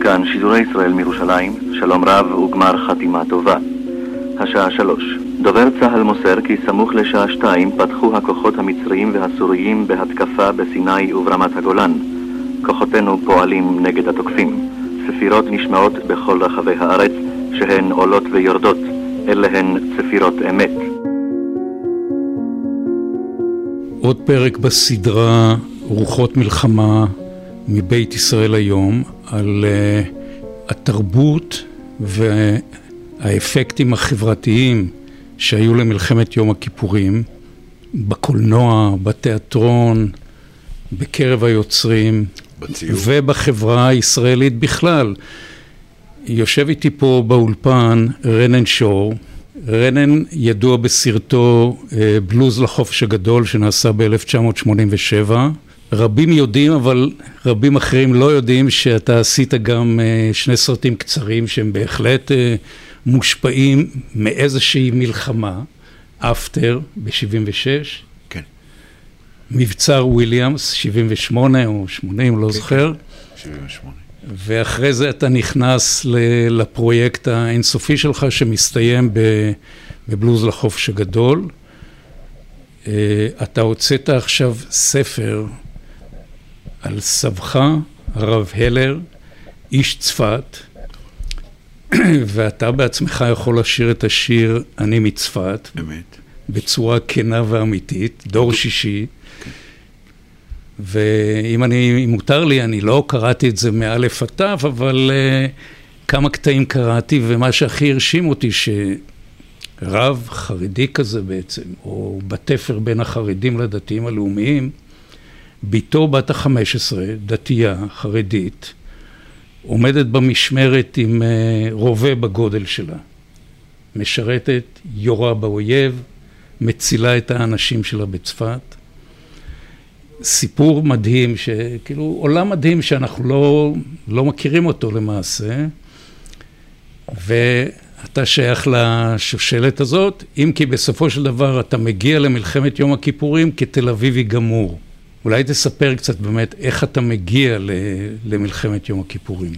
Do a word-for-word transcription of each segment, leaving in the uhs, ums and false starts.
כאן שידורי ישראל מירושלים, שלום רב וגמר חתימה טובה. השעה שלוש. דובר צהל מוסר כי סמוך לשעה שתיים פתחו הכוחות המצריים והסוריים בהתקפה בסיני וברמת הגולן. כוחותינו פועלים נגד התוקפים. ספירות נשמעות בכל רחבי הארץ שהן עולות ויורדות. אלה הן ספירות אמת. עוד פרק בסדרה רוחות מלחמה מבית ישראל היום על uh, התרבות והאפקטים החברתיים שהיו למלחמת יום הכיפורים בקולנוע, בתיאטרון, בקרב היוצרים בציור. ובחברה הישראלית בכלל. יושב איתי פה באולפן רנן שור. רנן ידוע בסרטו בלוז לחופש הגדול שנעשה ב-אלף תשע מאות שמונים ושבע. רבים יודעים, אבל רבים אחרים לא יודעים שאתה עשית גם שני סרטים קצרים שהם בהחלט מושפעים מאיזושהי מלחמה. אפטר ב-שבעים ושש. כן. מבצר וויליאמס, שבעים ושמונה או שמונים, לא כן, זוכר. שבעים ושמונה. ואחרי זה אתה נכנס לפרויקט האינסופי שלך שמסתיים בבלוז לחופש הגדול. אתה הוצאת עכשיו ספר על סבך, הרב הלר, איש צפת, ואתה בעצמך יכול לשיר את השיר אני מצפת, באמת. בצורה כנה ואמיתית, דור שישי. ואם אני, אם מותר לי, אני לא קראתי את זה מאלף עד תו, אבל uh, כמה קטעים קראתי, ומה שהכי הרשים אותי, שרב חרדי כזה בעצם, או בתפר בין החרדים לדתיים הלאומיים, ביתו בת ה-חמש עשרה, דתייה, חרדית, עומדת במשמרת עם uh, רובה בגודל שלה. משרתת, יורה באויב, מצילה את האנשים שלה בצפת. סיפור מדהים, שכאילו עולם מדהים שאנחנו לא, לא מכירים אותו למעשה, ואתה שייך לשושלת הזאת, אם כי בסופו של דבר אתה מגיע למלחמת יום הכיפורים כתל אביבי גמור. אולי תספר קצת באמת איך אתה מגיע למלחמת יום הכיפורים.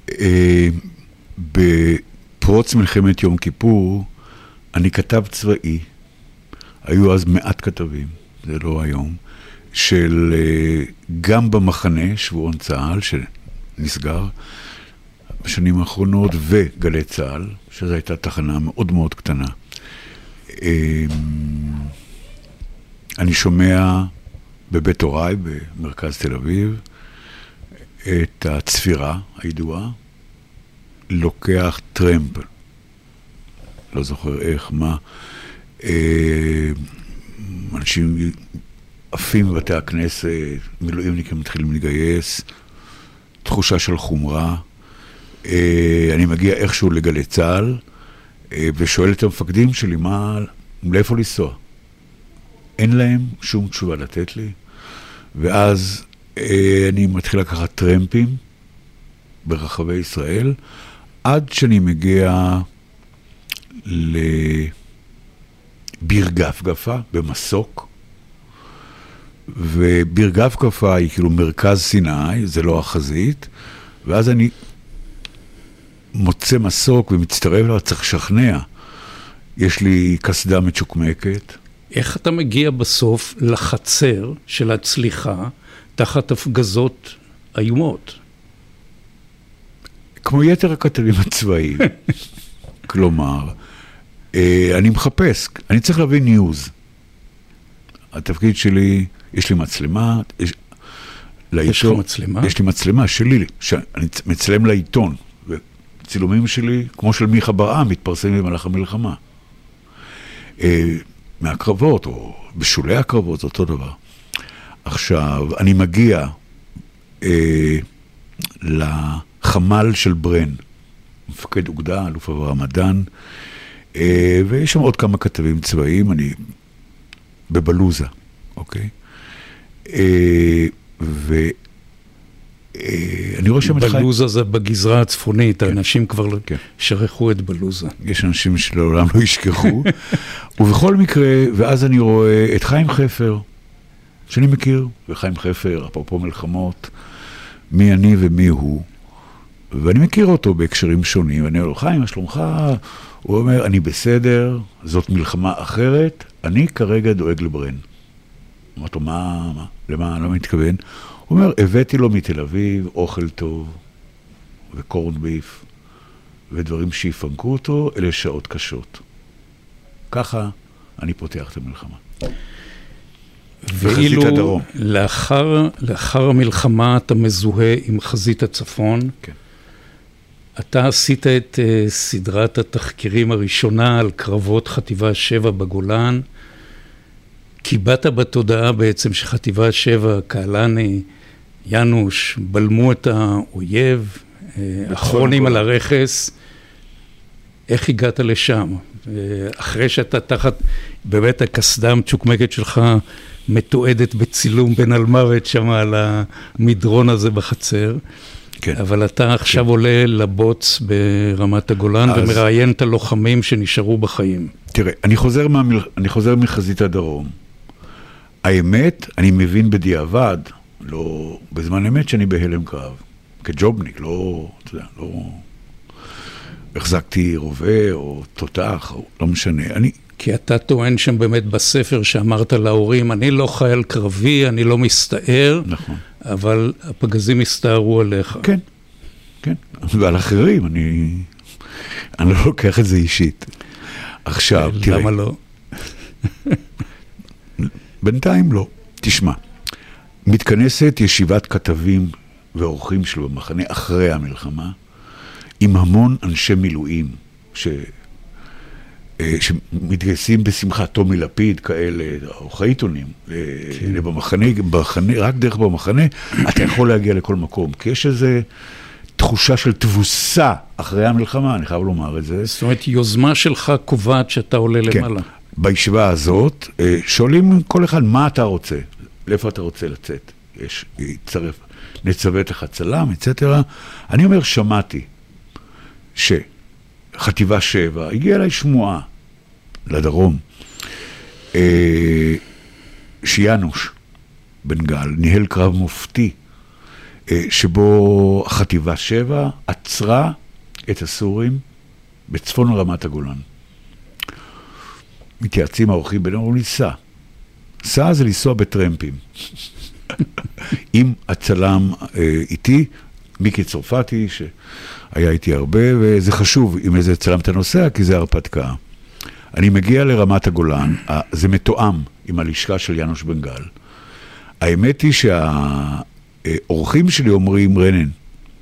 בפרוץ מלחמת יום כיפור, אני כתב צבאי, היו אז מעט כתבים, זה לא היום, של גם במחנה, שבועון צהל, שנסגר בשנים האחרונות, וגלי צהל, שזו הייתה תחנה מאוד מאוד קטנה. אני שומע בבית הוריי, במרכז תל אביב, את הצפירה הידועה, לוקח טרמפ, לא זוכר איך, מה, אנשים עפים בבתי הכנסת, מילואימניקים מתחילים להתגייס, תחושה של חומרה. אני מגיע איכשהו לגלי צהל, ושואל את המפקדים שלי, מה, לאיפה לנסוע? אין להם שום תשובה לתת לי, ואז אני מתחיל לקחת טרמפים ברחבי ישראל, עד שאני מגיע לביר גפגפה, במסוק, וביר גפגפה היא כאילו מרכז סיני, זה לא החזית, ואז אני מוצא מסוק ומצטרף לה, צריך לשכנע. יש לי כסדה מצ'וקמקת. איך אתה מגיע בסוף לחצר של הצליחה תחת הפגזות איומות? כמו יתר הכתבים הצבאיים. כלומר, אני מחפש, אני צריך להביא ניוז. התפקיד שלי, יש לי מצלמה, יש, יש לך מצלמה? יש לי מצלמה שלי, שאני מצלם לעיתון, וצילומים שלי, כמו של מיכה ברעם, מתפרסמים במהלך המלחמה. מהקרבות, או בשולי הקרבות, זה אותו דבר. עכשיו, אני מגיע אה, לחמ"ל של ברן, מפקד אוגדה, אלוף אברהם אדן, אה, ויש שם עוד כמה כתבים צבאיים, אני בבלוזה, אוקיי? אה, ו... אני רואה שם את חיים. בלוזה זה בגזרה הצפונית, האנשים כבר שכחו את בלוזה. יש אנשים שלעולם לא ישכחו. ובכל מקרה, ואז אני רואה את חיים חפר, שאני מכיר, וחיים חפר, אפרופו מלחמות, מי אני ומי הוא, ואני מכיר אותו בהקשרים שונים, ואני אומר לו, חיים, מה שלומך? הוא אומר, אני בסדר, זאת מלחמה אחרת, אני כרגע דואג לברן. אמרתי לו, מה, מה, למה, לא מתכוון? הוא אומר, הבאתי לו מתל אביב אוכל טוב, וקורן ביף, ודברים שיפנקו אותו, אלה שעות קשות. ככה אני פותח את המלחמה. ואילו לאחר, לאחר המלחמה אתה מזוהה עם חזית הצפון, כן. אתה עשית את uh, סדרת התחקירים הראשונה על קרבות חטיבה שבע בגולן, קיבלת בתודעה בעצם שחטיבה שבע, קהלני, ינוש, בלמו את האויב, אחרונים על הרכס. איך הגעת לשם? אחרי שאתה תחת, באמת הקסדה המצ'וקמקת שלך מתועדת בצילום בין על מוות שם על המדרון הזה בחצר. כן. אבל אתה עכשיו כן. עולה לבוץ ברמת הגולן אז... ומראיין את הלוחמים שנשארו בחיים. תראה, אני חוזר, מהמל... אני חוזר מחזית הדרום. האמת, אני מבין בדיעבד, לא, בזמן אמת שאני בהלם קרב. כג'ובניק, לא, אתה יודע, לא... החזקתי רובה או תותח, או לא משנה. אני... כי אתה טוען שם באמת בספר שאמרת להורים, אני לא חייל קרבי, אני לא מסתער, נכון. אבל הפגזים הסתערו עליך. כן, כן. ועל אחרים, אני, אני לא לוקח את זה אישית. עכשיו, תראה. למה לא? בינתיים לא. תשמע, מתכנסת ישיבת כתבים ואורחים שלו במחנה אחרי המלחמה, עם המון אנשי מילואים ש... שמתגייסים בשמחה, תומי לפיד כאלה, עורכי עיתונים, כן. במחנה, במחנה, רק דרך במחנה, אתה יכול להגיע לכל מקום, כי יש איזו תחושה של תבוסה אחרי המלחמה, אני חייב לומר את זה. זאת אומרת, יוזמה שלך קובעת שאתה עולה כן. למעלה. בישיבה הזאת, שואלים כל אחד מה אתה רוצה, לאיפה אתה רוצה לצאת, יש, יצרף, נצוות לך צלם, אצטרה. אני אומר, שמעתי שחטיבה שבע, הגיעה אליי שמועה לדרום, שיאנוש בן גל ניהל קרב מופתי, שבו חטיבה שבע עצרה את הסורים בצפון רמת הגולן. מתייעצים האורחים ביניהם, אומרים לי, סע. סע זה לנסוע בטרמפים. עם הצלם איתי, מיקי צרפתי, שהיה איתי הרבה, וזה חשוב עם איזה צלם אתה נוסע, כי זה הרפתקה. אני מגיע לרמת הגולן, זה מתואם עם הלשכה של ינוש בן גל. האמת היא שהאורחים שלי אומרים, רנן,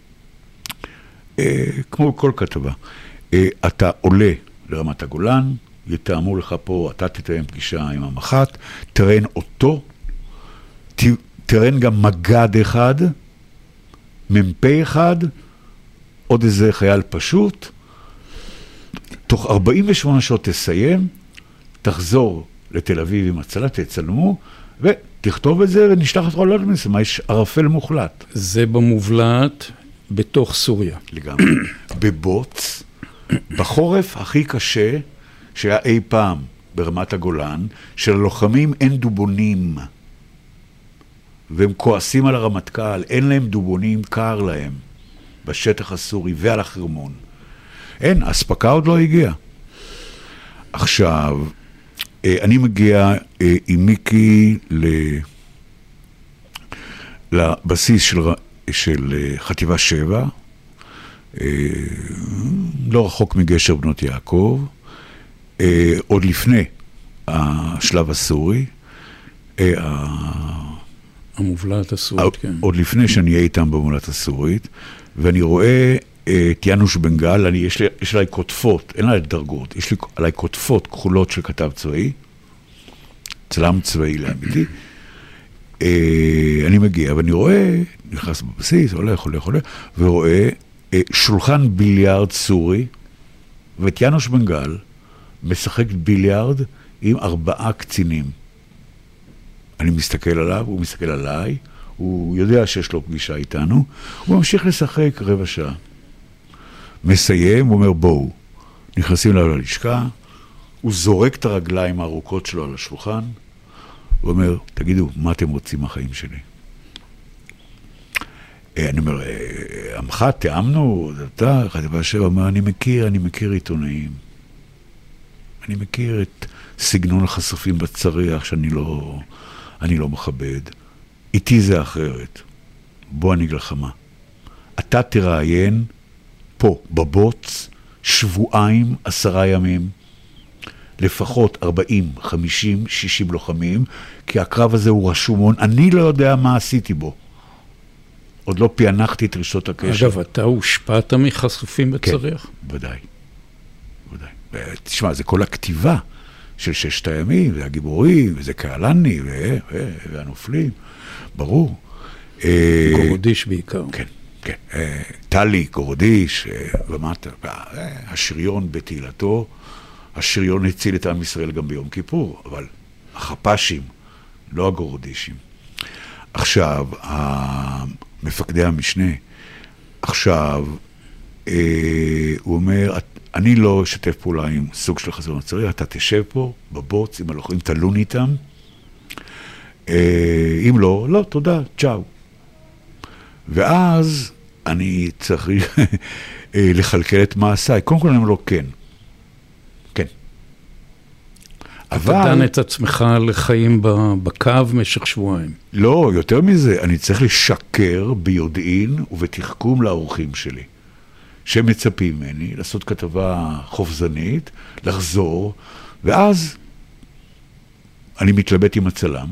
כמו כל כתבה, אתה עולה לרמת הגולן, יתאמו לך פה, אתה תתאם פגישה עם המח"ט, תראיין אותו, תראיין גם מג"ד אחד, מ"פ אחד, עוד איזה חייל פשוט, תוך ארבעים ושמונה שעות תסיים, תחזור לתל אביב עם הצלה, תצלמו, ותכתוב את זה ונשלח את רולד משימה, יש ערפל מוחלט. זה במובלעת בתוך סוריה. לגמרי. בבוץ, בחורף הכי קשה שהיה אי פעם ברמת הגולן, שללוחמים אין דובונים, והם כועסים על הרמטכ"ל, אין להם דובונים, קר להם, בשטח הסורי ועל החרמון. אין, הספקה עוד לא הגיעה. עכשיו, אני מגיע עם מיקי לבסיס של, של חטיבה שבע, לא רחוק מגשר בנות יעקב, עוד לפני השלב הסורי, המובלעת הסורית, כן. עוד לפני שאני אהיה איתם במובלעת הסורית, ואני רואה את ינוש בן גל, אני, יש, לי, יש לי כותפות, אין לי דרגות, יש לי עליי כותפות כחולות של כתב צבאי, צלם צבאי לאמיתי, אני מגיע, ואני רואה, נכנס בבסיס, הולך, הולך, הולך, ורואה שולחן ביליארד סורי, ואת ינוש בן גל משחק ביליארד עם ארבעה קצינים. אני מסתכל עליו, הוא מסתכל עליי, הוא יודע שיש לו פגישה איתנו, הוא ממשיך לשחק רבע שעה. מסיים, הוא אומר בואו, נכנסים אליו ללשכה, הוא זורק את הרגליים הארוכות שלו על השולחן, הוא אומר, תגידו, מה אתם רוצים מהחיים שלי? אני אומר, עמך, תאמנו, אתה, חטיבה שבע, אומר, אני מכיר, אני מכיר עיתונאים. אני מכיר את סגנון החשופים בצריח שאני לא, אני לא מכבד. איתי זה אחרת. בוא אני אגיד לך מה. אתה תראיין פה, בבוץ, שבועיים, עשרה ימים, לפחות ארבעים, חמישים, שישים לוחמים, כי הקרב הזה הוא רשומון, אני לא יודע מה עשיתי בו. עוד לא פענחתי את רשתות הקשר. אגב, אתה הושפעת מחשופים בצריח? כן, ודאי. ודאי. תשמע, זה כל הכתיבה של ששת הימים, זה הגיבורים, וזה קהלני, והנופלים, ברור. גורודיש בעיקר. כן, כן. טלי, גורודיש, ומטה, השריון בתהילתו, השריון הציל את עם ישראל גם ביום כיפור, אבל החפשים, לא הגורודישים. עכשיו, מפקדי המשנה, עכשיו, אה, הוא אומר, אני לא אשתף פעולה עם סוג של חזון הצריח, אתה תשב פה בבוץ, עם הלוחמים, תלון איתם, אה, אם לא, לא, תודה, צ'או. ואז אני צריך לחלקל את מעשיי. קודם כל אני אומר לו, כן. כן. אבל... אתה דן את עצמך לחיים בקו משך שבועיים. לא, יותר מזה, אני צריך לשקר ביודעין ובתחכום לאורחים שלי, שמצפים ממני לעשות כתבה חופזנית, לחזור, ואז אני מתלבט עם הצלם,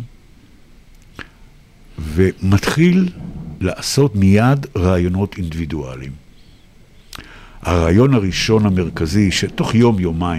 ומתחיל לעשות מיד רעיונות אינדיבידואליים. הרעיון הראשון המרכזי, שתוך יום, יומיים,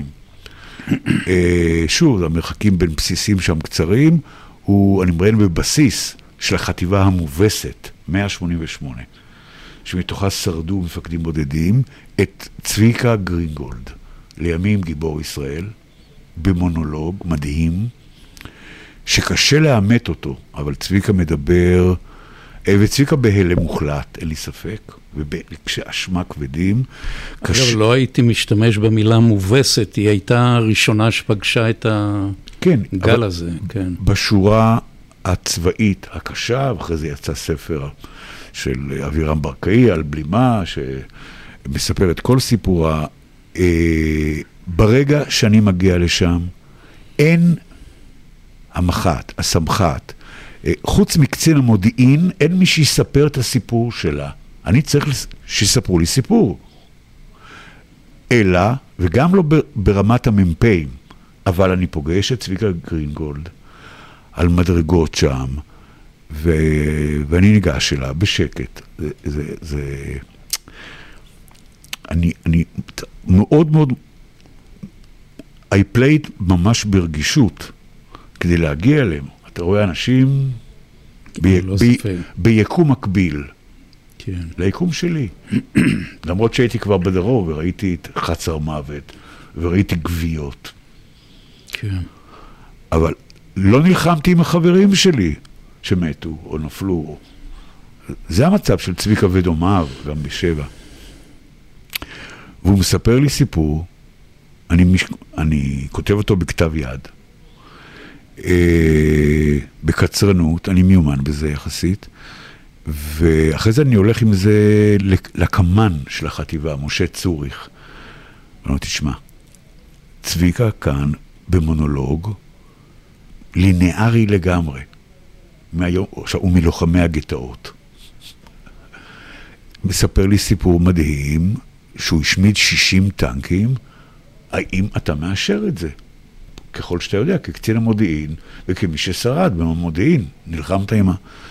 שוב, המרחקים בין בסיסים שם קצרים, הוא, אני מראיין בבסיס של החטיבה המובסת, מאה שמונים ושמונה, שמתוכה שרדו מפקדים בודדים, את צביקה גרינגולד, לימים גיבור ישראל, במונולוג מדהים, שקשה לאמת אותו, אבל צביקה מדבר, וצביקה בהלם מוחלט, אין לי ספק, וכשאשמה כבדים. אגב, קש... לא הייתי משתמש במילה מובסת, היא הייתה הראשונה שפגשה את כן, הגל הזה. כן. בשורה הצבאית הקשה, ואחרי זה יצא ספר של אבירם ברקאי על בלימה, שמספר את כל סיפורה. ברגע שאני מגיע לשם, אין המח"ט, הסמח"ט, חוץ מקצין המודיעין, אין מי שיספר את הסיפור שלה. אני צריך שיספרו לי סיפור. אלא, וגם לא ברמת הממפאים, אבל אני פוגש את צביקה גרינגולד על מדרגות שם, ו... ואני ניגש אליה בשקט. זה, זה, זה... אני, אני מאוד מאוד, I played ממש ברגישות, כדי להגיע אליהם. אתה רואה אנשים ב... לא ב... ביקום מקביל. כן. ליקום שלי. למרות שהייתי כבר בדרום, וראיתי את חצר מוות, וראיתי גוויות. כן. אבל לא נלחמתי עם החברים שלי שמתו או נפלו. זה המצב של צביקה ודומיו, גם בשבע. והוא מספר לי סיפור, אני, מש... אני כותב אותו בכתב יד, אה, בקצרנות, אני מיומן בזה יחסית, ואחרי זה אני הולך עם זה לקמן של החטיבה, משה צוריך. ואני אומר, תשמע, צביקה כאן במונולוג לינארי לגמרי, מהיום, עכשיו, הוא מלוחמי הגטאות. מספר לי סיפור מדהים, שהוא השמיד שישים טנקים, האם אתה מאשר את זה? ככל שאתה יודע, כקצין המודיעין, וכמי ששרד במודיעין, נלחמת עם ה...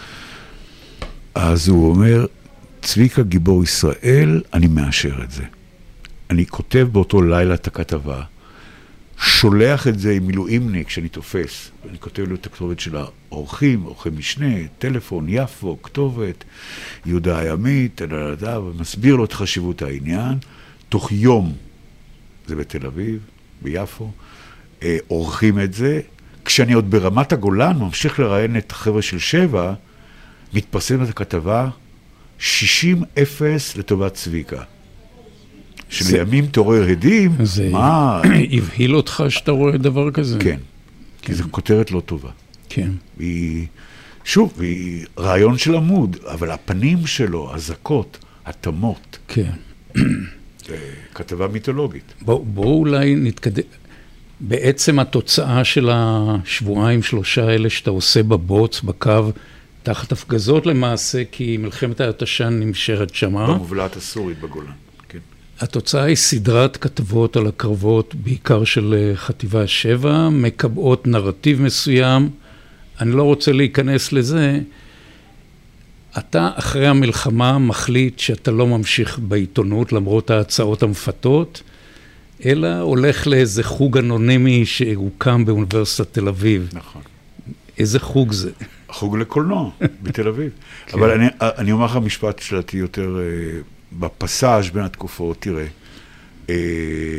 אז הוא אומר, צביקה גיבור ישראל, אני מאשר את זה. אני כותב באותו לילה את הכתבה, שולח את זה עם מילואימניק שאני תופס, ואני כותב לו את הכתובת של האורחים, אורחי משנה, טלפון, יפו, כתובת, יהודה הימית, ומסביר לו את חשיבות העניין. תוך יום, זה בתל אביב, ביפו, עורכים את זה. כשאני עוד ברמת הגולן, ממשיך לראיין את החבר'ה של שבע, מתפרסם את הכתבה שישים אפס לטובת צביקה. שלימים תעורר הדים, מה... הבהיל אותך שאתה רואה דבר כזה? כן, כי זו כותרת לא טובה. כן. היא שוב, היא רעיון של עמוד, אבל הפנים שלו, הזקות, התמות. כן. כתבה מיתולוגית. בואו בוא אולי נתקדם. בעצם התוצאה של השבועיים שלושה האלה שאתה עושה בבוץ, בקו, תחת הפגזות למעשה, כי מלחמת ההתש"ן נמשכת שמה. במובלעת הסורית בגולן, כן. התוצאה היא סדרת כתבות על הקרבות, בעיקר של חטיבה שבע, מקבעות נרטיב מסוים. אני לא רוצה להיכנס לזה. אתה אחרי המלחמה מחליט שאתה לא ממשיך בעיתונות, למרות ההצעות המפתות, אלא הולך לאיזה חוג אנונימי שהוקם באוניברסיטת תל אביב. נכון. איזה חוג זה? חוג לקולנוע בתל אביב. כן. אבל אני, אני אומר לך משפט שלתי יותר אה, בפסאז' בין התקופות, תראה, אה,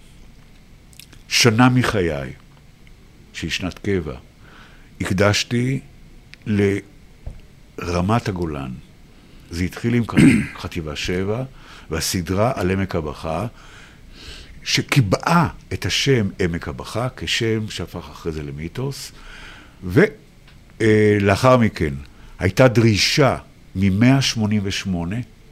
שנה מחיי, שהיא שנת קבע, הקדשתי לרמת הגולן. זה התחיל עם חטיבה שבע, והסדרה על עמק הבכה, שקיבעה את השם עמק הבכה, כשם שהפך אחרי זה למיתוס, ולאחר מכן הייתה דרישה מ-מאה שמונים ושמונה,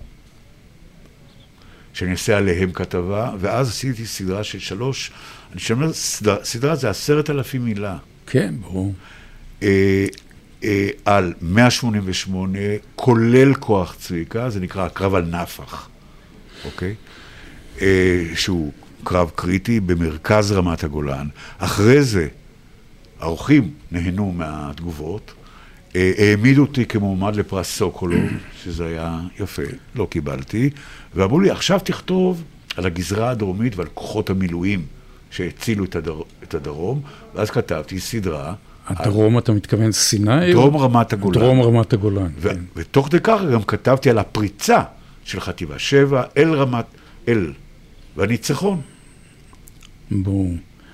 שאני אעשה עליהם כתבה, ואז עשיתי סדרה של שלוש, אני שאומר, סדרה, סדרה זה עשרת אלפים מילה. כן, ברור. אה, אה, על מאה שמונים ושמונה, כולל כוח צביקה, זה נקרא הקרב על נפח, אוקיי? אה, שהוא קרב קריטי במרכז רמת הגולן. אחרי זה, האורחים נהנו מהתגובות, אה, העמידו אותי כמועמד לפרס סוקולוב, שזה היה יפה, לא קיבלתי, ואמרו לי, עכשיו תכתוב על הגזרה הדרומית ועל כוחות המילואים שהצילו את, הדר... את הדרום, ואז כתבתי סדרה. הדרום, על... אתה מתכוון סיני? דרום או... רמת הגולן. דרום רמת הגולן, ו... כן. ותוך דקה גם כתבתי על הפריצה של חטיבה שבע אל רמת, אל, והניצחון. בואו.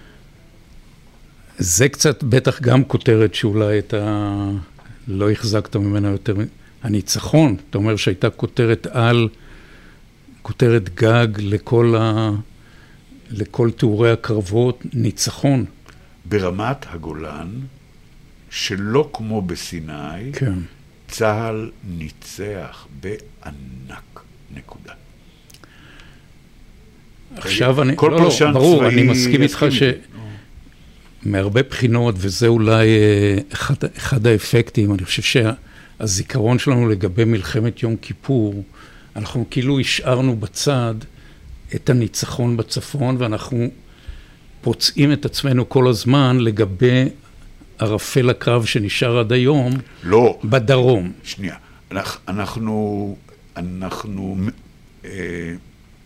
זה קצת בטח גם כותרת שאולי אתה לא החזקת ממנה יותר. הניצחון, אתה אומר שהייתה כותרת על, כותרת גג לכל, ה... לכל תיאורי הקרבות, ניצחון. ברמת הגולן, שלא כמו בסיני, כן. צהל ניצח בענק, נקודה. עכשיו אני, כל לא, לא, ברור, אני מסכים איתך ש... מהרבה בחינות, וזה אולי אחד, אחד האפקטים, אני חושב שהזיכרון שלנו לגבי מלחמת יום כיפור, אנחנו כאילו השארנו בצד את הניצחון בצפון, ואנחנו פוצעים את עצמנו כל הזמן לגבי ערפל הקרב שנשאר עד היום, לא. בדרום. שנייה, אנחנו, אנחנו אה,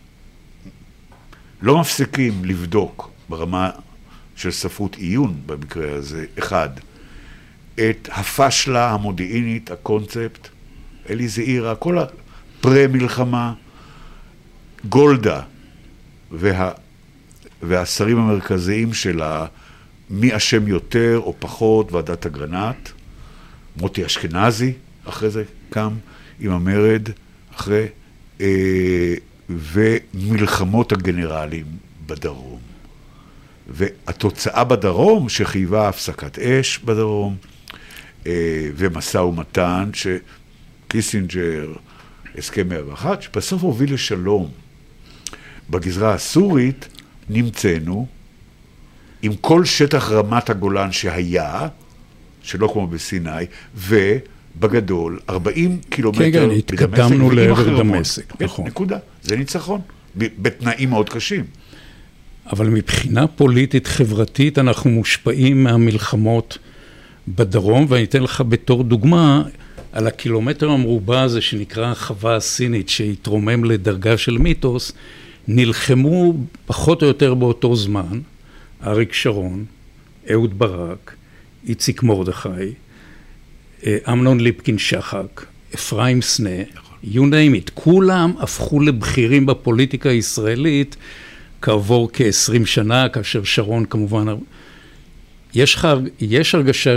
לא מפסיקים לבדוק ברמה של ספרות עיון במקרה הזה, אחד, את הפשלה המודיעינית, הקונספט, אלי זעירה, כל הפרה-מלחמה, גולדה וה, והשרים המרכזיים שלה, מי אשם יותר או פחות, ועדת אגרנט, מוטי אשכנזי, אחרי זה קם עם המרד, אחרי, אה, ומלחמות הגנרלים בדרום. והתוצאה בדרום שחייבה הפסקת אש בדרום, ומסע ומתן שקיסינג'ר, הסכם מאה ואחת, שבסוף הוביל לשלום. בגזרה הסורית נמצאנו עם כל שטח רמת הגולן שהיה, שלא כמו בסיני, ובגדול ארבעים קילומטר כן, כן, התקדמנו לעבר דמשק, נכון. נקודה, זה ניצחון, בתנאים מאוד קשים. אבל מבחינה פוליטית חברתית אנחנו מושפעים מהמלחמות בדרום, ואני אתן לך בתור דוגמה על הקילומטר המרובע הזה שנקרא החווה הסינית, שהתרומם לדרגה של מיתוס, נלחמו פחות או יותר באותו זמן, אריק שרון, אהוד ברק, איציק מרדכי, אמנון ליפקין שחק, אפרים סנה, you name it, כולם הפכו לבכירים בפוליטיקה הישראלית, כעבור כ-עשרים שנה, כאשר שרון כמובן, יש, חר... יש הרגשה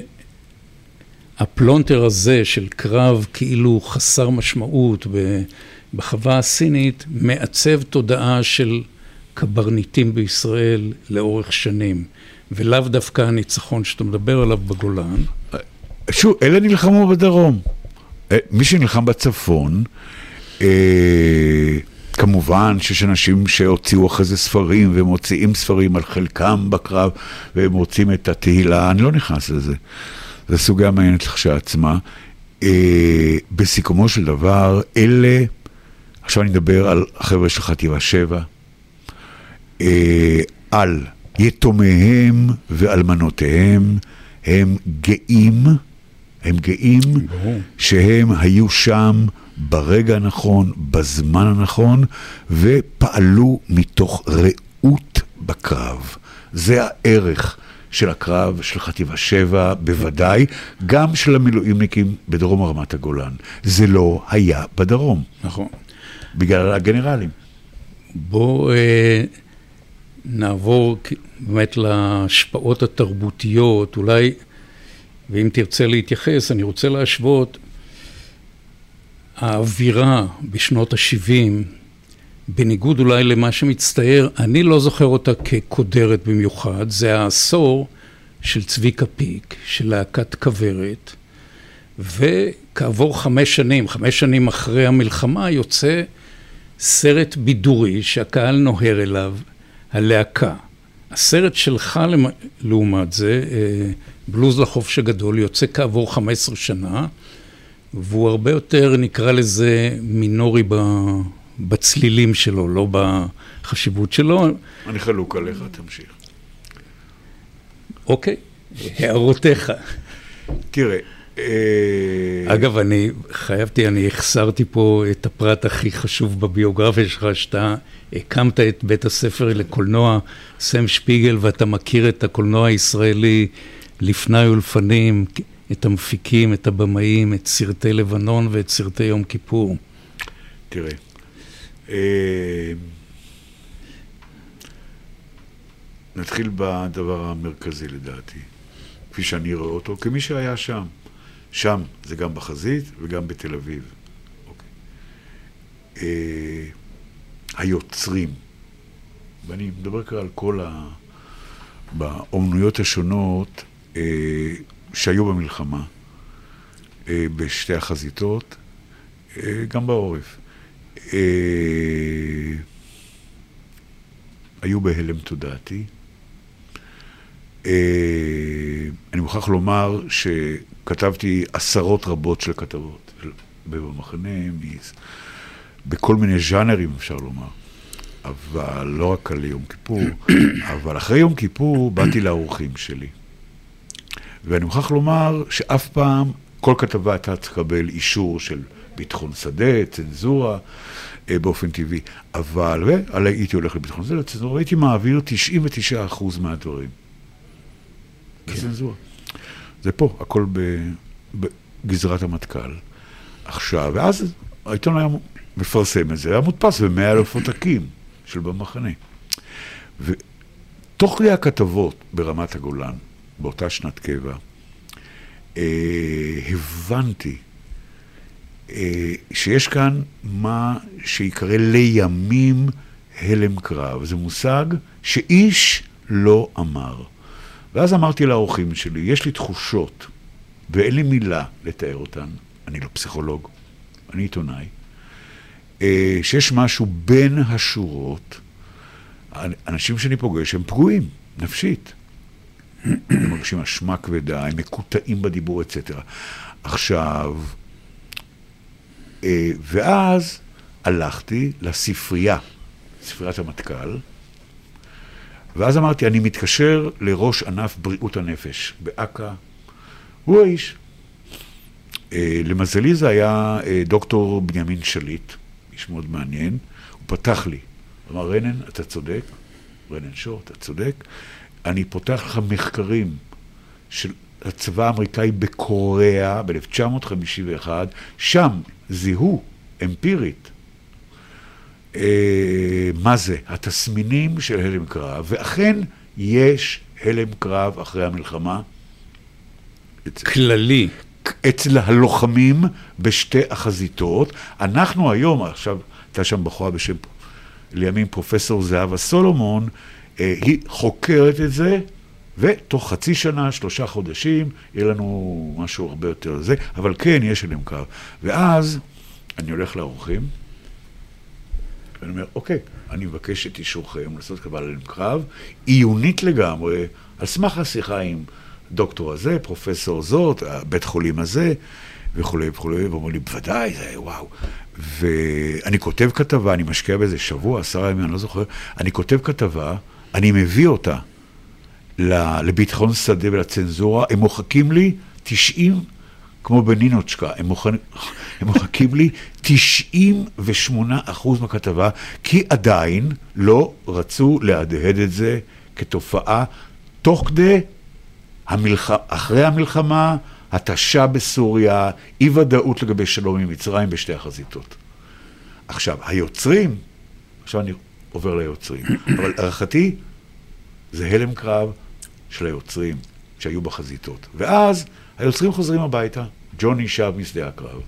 שהפלונטר הזה של קרב כאילו חסר משמעות בחווה הסינית, מעצב תודעה של קברניטים בישראל לאורך שנים, ולאו דווקא הניצחון שאתה מדבר עליו בגולן. שוב, אלה נלחמו בדרום. מי שנלחם בצפון, אה, כמובן שיש אנשים שהוציאו אחרי זה ספרים, והם מוציאים ספרים על חלקם בקרב, והם רוצים את התהילה, אני לא נכנס לזה. זו סוגיה מעניינת כשעצמה. אה, בסיכומו של דבר, אלה, עכשיו אני מדבר על החבר'ה של חטיבה שבע, אה, על יתומיהם ואלמנותיהם, הם גאים, הם גאים שהם היו שם ברגע הנכון, בזמן הנכון, ופעלו מתוך ראות בקרב. זה הערך של הקרב של חטיבה שבע, בוודאי, גם של המילואימניקים בדרום רמת הגולן. זה לא היה בדרום. נכון. בגלל הגנרלים. בואו אה, נעבור באמת להשפעות התרבותיות, אולי, ואם תרצה להתייחס, אני רוצה להשוות, האווירה בשנות ה-שבעים, בניגוד אולי למה שמצטייר, אני לא זוכר אותה כקודרת במיוחד, זה העשור של צביקה פיק, של להקת כוורת, וכעבור חמש שנים, חמש שנים אחרי המלחמה, יוצא סרט בידורי שהקהל נוהר אליו, הלהקה. הסרט שלך לעומת זה, בלוז לחופש הגדול, יוצא כעבור חמש עשרה שנה, והוא הרבה יותר, נקרא לזה, מינורי בצלילים שלו, לא בחשיבות שלו. אני חלוק עליך, תמשיך. אוקיי, הערותיך. תראה, אגב, אני חייבתי, אני החסרתי פה את הפרט הכי חשוב בביוגרפיה שלך, שאתה הקמת את בית הספר לקולנוע סם שפיגל, ואתה מכיר את הקולנוע הישראלי לפני ולפנים, את המפיקים, את הבמאים, את סרטי לבנון ואת סרטי יום כיפור. תראה, נתחיל בדבר המרכזי לדעתי, כפי שאני רואה אותו, כמי שהיה שם. שם זה גם בחזית וגם בתל אביב. אוקיי. אה, היוצרים, ואני מדבר כאן על כל ה... באומנויות השונות אה, שהיו במלחמה, אה, בשתי החזיתות, אה, גם בעורף. אה, היו בהלם תודעתי. אה, אני מוכרח לומר שכתבתי עשרות רבות של כתבות במחנה, בכל מיני ז'אנרים אפשר לומר, אבל לא רק על יום כיפור, אבל אחרי יום כיפור באתי לאורחים שלי. ואני מוכרח לומר שאף פעם כל כתבה הייתה תקבל אישור של ביטחון שדה, צנזורה, באופן טבעי. אבל, ועלי הייתי הולך לביטחון שדה, צנזורה, הייתי מעביר תשעים ותשעה אחוז מהדברים. בצנזורה. זה פה, הכל בגזרת המטכ"ל. עכשיו, ואז העיתון היה מפרסם את זה, היה מודפס במאה אלף עותקים של במחנה. ותוך כדי הכתבות ברמת הגולן, באותה שנת קבע, אה, הבנתי אה, שיש כאן מה שיקרא לימים הלם קרב. זה מושג שאיש לא אמר. ואז אמרתי לאורחים שלי, יש לי תחושות, ואין לי מילה לתאר אותן, אני לא פסיכולוג, אני עיתונאי, אה, שיש משהו בין השורות, אנשים שאני פוגש הם פגועים, נפשית. הם מרגישים אשמה כבדה, הם מקוטעים בדיבור, אצטרה. עכשיו, אה, ואז הלכתי לספרייה, ספריית המטכ"ל, ואז אמרתי, אני מתקשר לראש ענף בריאות הנפש, באקה, הוא האיש. אה, למזלי זה היה אה, דוקטור בנימין שליט, איש מאוד מעניין, הוא פתח לי, הוא אמר, רנן, אתה צודק, רנן שור, אתה צודק, אני פותח לך מחקרים של הצבא האמריקאי בקוריאה ב-אלף תשע מאות חמישים ואחת, שם זיהו אמפירית, אה, מה זה? התסמינים של הלם קרב, ואכן יש הלם קרב אחרי המלחמה. כללי. אצל הלוחמים בשתי החזיתות. אנחנו היום, עכשיו, הייתה שם בחורה בשם, לימים פרופסור זהבה סולומון, אה, היא חוקרת את זה ותוך חצי שנה, שלושה חודשים, יהיה לנו משהו הרבה יותר זה, אבל כן, יש הלם קרב. ואז אני הולך לאורחים, ואני אומר, אוקיי, אני מבקש את אישורכם לעשות קבל הלם קרב, עיונית לגמרי, על סמך השיחה עם דוקטור הזה, פרופסור זאת, בית חולים הזה, וכולי וכולי, ואומר לי, בוודאי, זה וואו. ואני כותב כתבה, אני משקיע באיזה שבוע, עשרה ימים, אני לא זוכר, אני כותב כתבה, אני מביא אותה לביטחון שדה ולצנזורה, הם מוחקים לי תשעים, כמו בנינוצ'קה, הם, מוח... הם מוחקים לי תשעים ושמונה אחוז מהכתבה, כי עדיין לא רצו להדהד את זה כתופעה, תוך כדי, המלח... אחרי המלחמה, התשה בסוריה, אי ודאות לגבי שלום עם מצרים בשתי החזיתות. עכשיו, היוצרים, עכשיו אני עובר ליוצרים, אבל ערכתי זה הלם קרב של היוצרים שהיו בחזיתות. ואז היוצרים חוזרים הביתה, ג'וני שב משדה הקרב.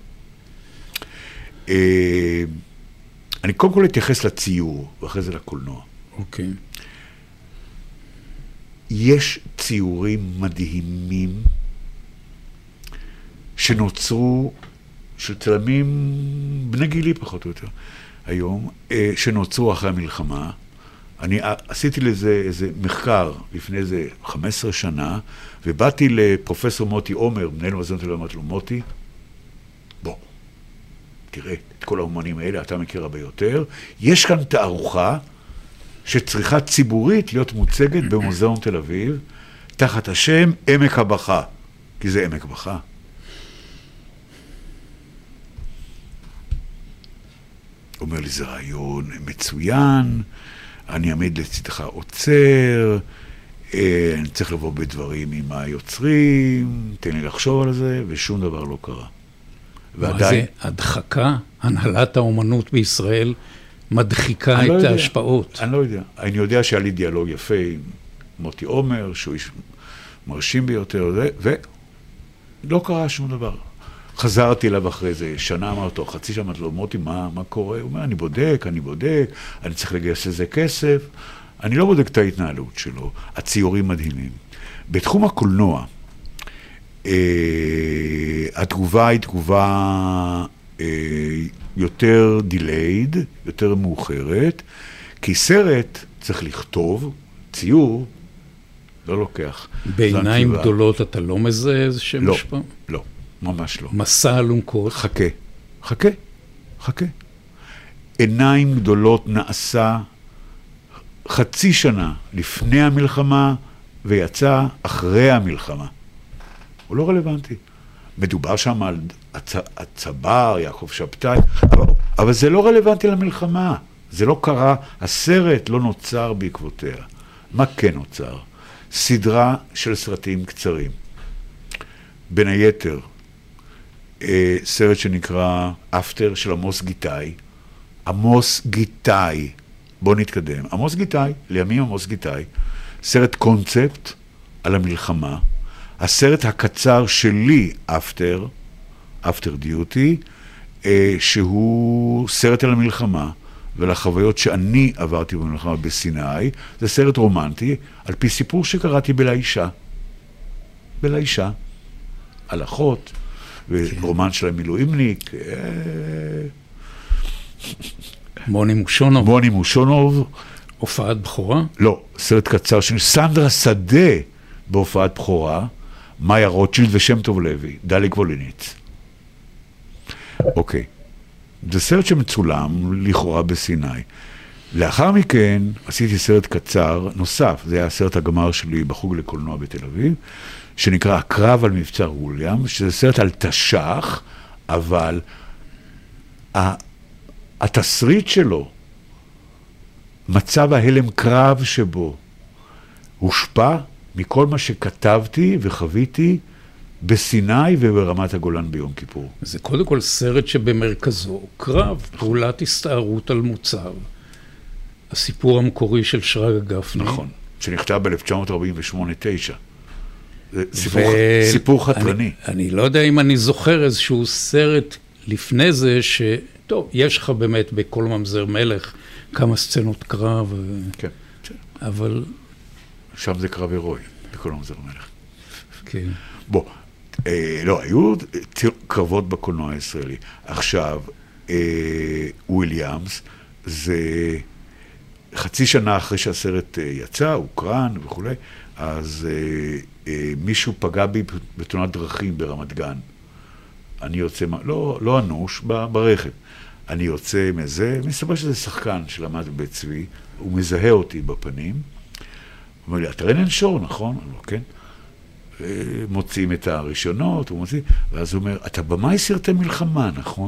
אני קודם כל אתייחס לציור, ואחרי זה לקולנוע. אוקיי. יש ציורים מדהימים שנוצרו, של צלמים בני גילי פחות או יותר, היום, שנוצרו אחרי המלחמה. אני עשיתי לזה איזה מחקר לפני איזה חמש עשרה שנה, ובאתי לפרופסור מוטי עומר, מנהל מוזיאון תל אביב, אמרתי לו, מוטי, בוא, תראה את כל האומנים האלה, אתה מכיר הרבה יותר. יש כאן תערוכה שצריכה ציבורית להיות מוצגת במוזיאון תל אביב, תחת השם עמק הבכה, כי זה עמק בכה. אומר לי, זה רעיון מצוין, אני עמיד לצדך עוצר, אני צריך לבוא בדברים עם היוצרים, תן לי לחשוב על זה, ושום דבר לא קרה. מה זה הדחקה? הנהלת האומנות בישראל מדחיקה את ההשפעות. אני לא יודע. אני יודע שהיה לי דיאלוג יפה עם מוטי עומר, שהוא איש מרשים ביותר, ולא קרה שום דבר. חזרתי אליו אחרי זה, שנה אמרתי לו, חצי שנה אמרתי לו, מוטי, מה, מה קורה? הוא אומר, אני בודק, אני בודק, אני צריך לגייס לזה כסף. אני לא בודק את ההתנהלות שלו. הציורים מדהימים. בתחום הקולנוע, אה, התגובה היא תגובה אה, יותר delayed, יותר מאוחרת, כי סרט צריך לכתוב, ציור, לא לוקח. בעיניים גדולות אתה לא מזהה איזה שם לא, השפעה? לא. ממש לא. מסע אלונקות. חכה, חכה, חכה. עיניים גדולות נעשה חצי שנה לפני המלחמה, ויצא אחרי המלחמה. הוא לא רלוונטי. מדובר שם על הצ... הצבר, יעקב שבתאי, אבל, אבל זה לא רלוונטי למלחמה. זה לא קרה, הסרט לא נוצר בעקבותיה. מה כן נוצר? סדרה של סרטים קצרים. בין היתר, סרט שנקרא אפטר של עמוס גיטאי. עמוס גיטאי, בוא נתקדם. עמוס גיטאי, לימים עמוס גיטאי, סרט קונספט על המלחמה. הסרט הקצר שלי, אפטר, אפטר דיוטי, שהוא סרט על המלחמה, ולחוויות שאני עברתי במלחמה בסיני, זה סרט רומנטי, על פי סיפור שקראתי בלאישה. בלאישה. על אחות, ורומן של המילואימניק. מוני מושונוב. מוני מושונוב. הופעת בכורה? לא, סרט קצר של סנדרה שדה בהופעת בכורה, מאיה רוטשילד ושם טוב לוי, דלי גבוליניץ. אוקיי. זה סרט שמצולם לכאורה בסיני. לאחר מכן עשיתי סרט קצר נוסף, זה היה סרט הגמר שלי בחוג לקולנוע בתל אביב, שנקרא הקרב על מבצר ווליאם, שזה סרט על תש"ח, אבל התסריט שלו, מצב ההלם קרב שבו, הושפע מכל מה שכתבתי וחוויתי בסיני וברמת הגולן ביום כיפור. זה קודם כל סרט שבמרכזו קרב, פעולת הסתערות על מוצב. הסיפור המקורי של שרגא גפני. נכון, שנכתב ב-אלף תשע מאות ארבעים ושמונה תשע. זה סיפור, ו... סיפור חתרני. אני, אני לא יודע אם אני זוכר איזשהו סרט לפני זה, שטוב, יש לך באמת בכל ממזר מלך כמה סצנות קרב, כן. אבל... שם זה קרב הירואי. קולנוע זר מלך. כן. בוא, אה, לא, היו קרבות בקולנוע הישראלי. עכשיו, אה, וויליאמס, זה חצי שנה אחרי שהסרט אה, יצא, הוקרן וכו', אז אה, אה, מישהו פגע בי בתאונת דרכים ברמת גן. אני יוצא, לא, לא אנוש, ברכב. אני יוצא מזה, מסתבר שזה שחקן שלמד בבית צבי, הוא מזהה אותי בפנים, הוא אומר לי, אתה רנן שור, נכון? אני לא, כן. מוצאים את הראשונות, הוא מוציא, ואז הוא אומר, אתה במאי סרטי מלחמה, נכון?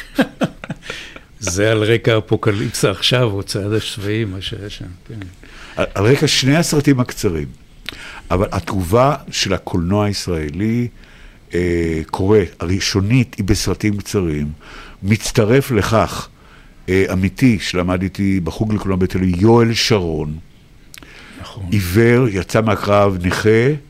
זה על רקע אפוקליפסה עכשיו, או צעד השבעים, מה שהיה שם, כן. על, על רקע שני הסרטים הקצרים. אבל התגובה של הקולנוע הישראלי אה, קוראת, הראשונית היא בסרטים קצרים, מצטרף לכך, אה, אמיתי, שלמד איתי בחוג לקולנוע בתל אביב, יואל שרון, נכון. עיוור, יצא מהקרב נכה,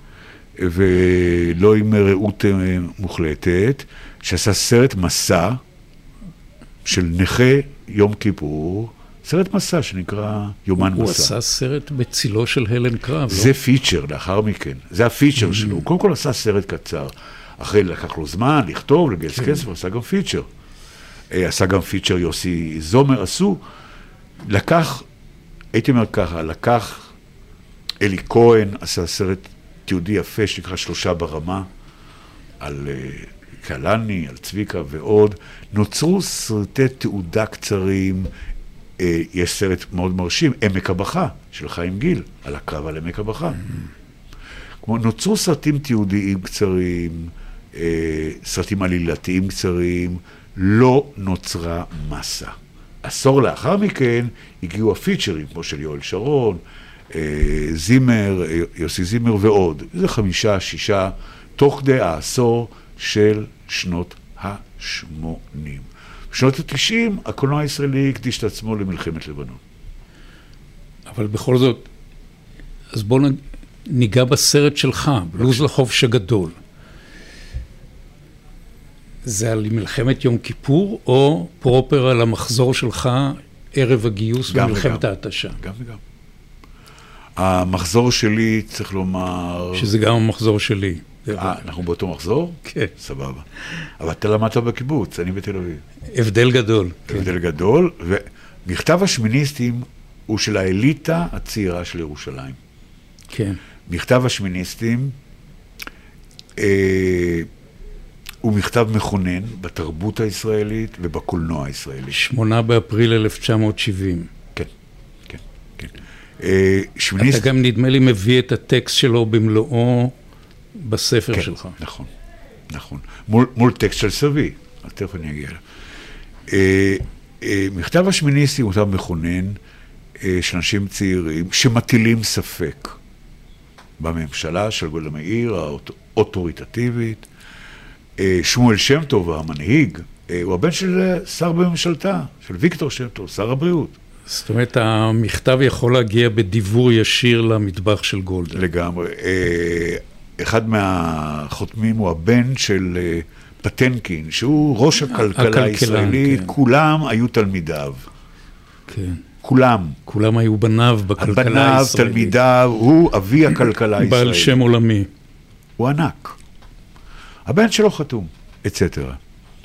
ולא עם ראות מוחלטת, שעשה סרט מסע של נכה יום כיפור, סרט מסע שנקרא יומן מסע. הוא עשה סרט בצילו של הלן קרב, לא? זה פיצ'ר לאחר מכן, זה הפיצ'ר שלו. הוא קודם כל עשה סרט קצר, אחרי לקח לו זמן לכתוב, לגייס כסף, עשה גם פיצ'ר. עשה גם פיצ'ר יוסי זומר, עשו, לקח, הייתי אומר ככה, לקח אלי כהן, עשה סרט תיעודי יפה שנקרא שלושה ברמה, על uh, קלני, על צביקה ועוד. נוצרו סרטי תיעודה קצרים, uh, יש סרט מאוד מרשים, עמק הבכה, של חיים גיל, על הקרב על עמק הבכה. Mm-hmm. כמו, נוצרו סרטים תיעודיים קצרים, uh, סרטים עלילתיים קצרים, לא נוצרה מסה. עשור לאחר מכן הגיעו הפיצ'רים, כמו של יואל שרון, זימר, יוסי זימר ועוד. זה חמישה, שישה, תוך כדי העשור של שנות ה-שמונים. בשנות ה-תשעים, הקולנוע הישראלי הקדיש את עצמו למלחמת לבנון. אבל בכל זאת, אז בוא ניגע בסרט שלך, בלוז לחופש הגדול. זה על מלחמת יום כיפור, או פרופר על המחזור שלך ערב הגיוס במלחמת ההתשה? גם וגם. המחזור שלי, צריך לומר... שזה גם המחזור שלי. אה, אנחנו באותו מחזור? כן. סבבה. אבל אתה למדת בקיבוץ, אני בתל אביב. הבדל גדול. הבדל גדול, ומכתב השמיניסטים הוא של האליטה הצעירה של ירושלים. כן. מכתב השמיניסטים אה, הוא מכתב מכונן בתרבות הישראלית ובקולנוע הישראלי. שמונה באפריל אלף תשע מאות שבעים. כן, כן, כן. אה, שמיניסט... אתה גם נדמה לי מביא את הטקסט שלו במלואו בספר כן, שלך. נכון, נכון. מול, מול טקסט של סבי, אז תכף אני אגיע אליו. אה, אה, מכתב השמיניסטי הוא מכתב מכונן אה, של אנשים צעירים שמטילים ספק בממשלה של גולדה מאיר, האוטוריטטיבית. אה, שמואל שם טוב, המנהיג, אה, הוא הבן של שר בממשלתה, של ויקטור שם טוב, שר הבריאות. זאת אומרת, המכתב יכול להגיע בדיבור ישיר למטבח של גולדה. לגמרי. אה, אחד מהחותמים הוא הבן של פטנקין, שהוא ראש הכלכלה הישראלית, כן. כולם היו תלמידיו. כן. כולם. כולם היו בניו בכלכלה הישראלית. בניו, תלמידיו, הוא אבי הכלכלה הישראלית. בעל שם עולמי. הוא ענק. הבן שלו חתום, אצטרה.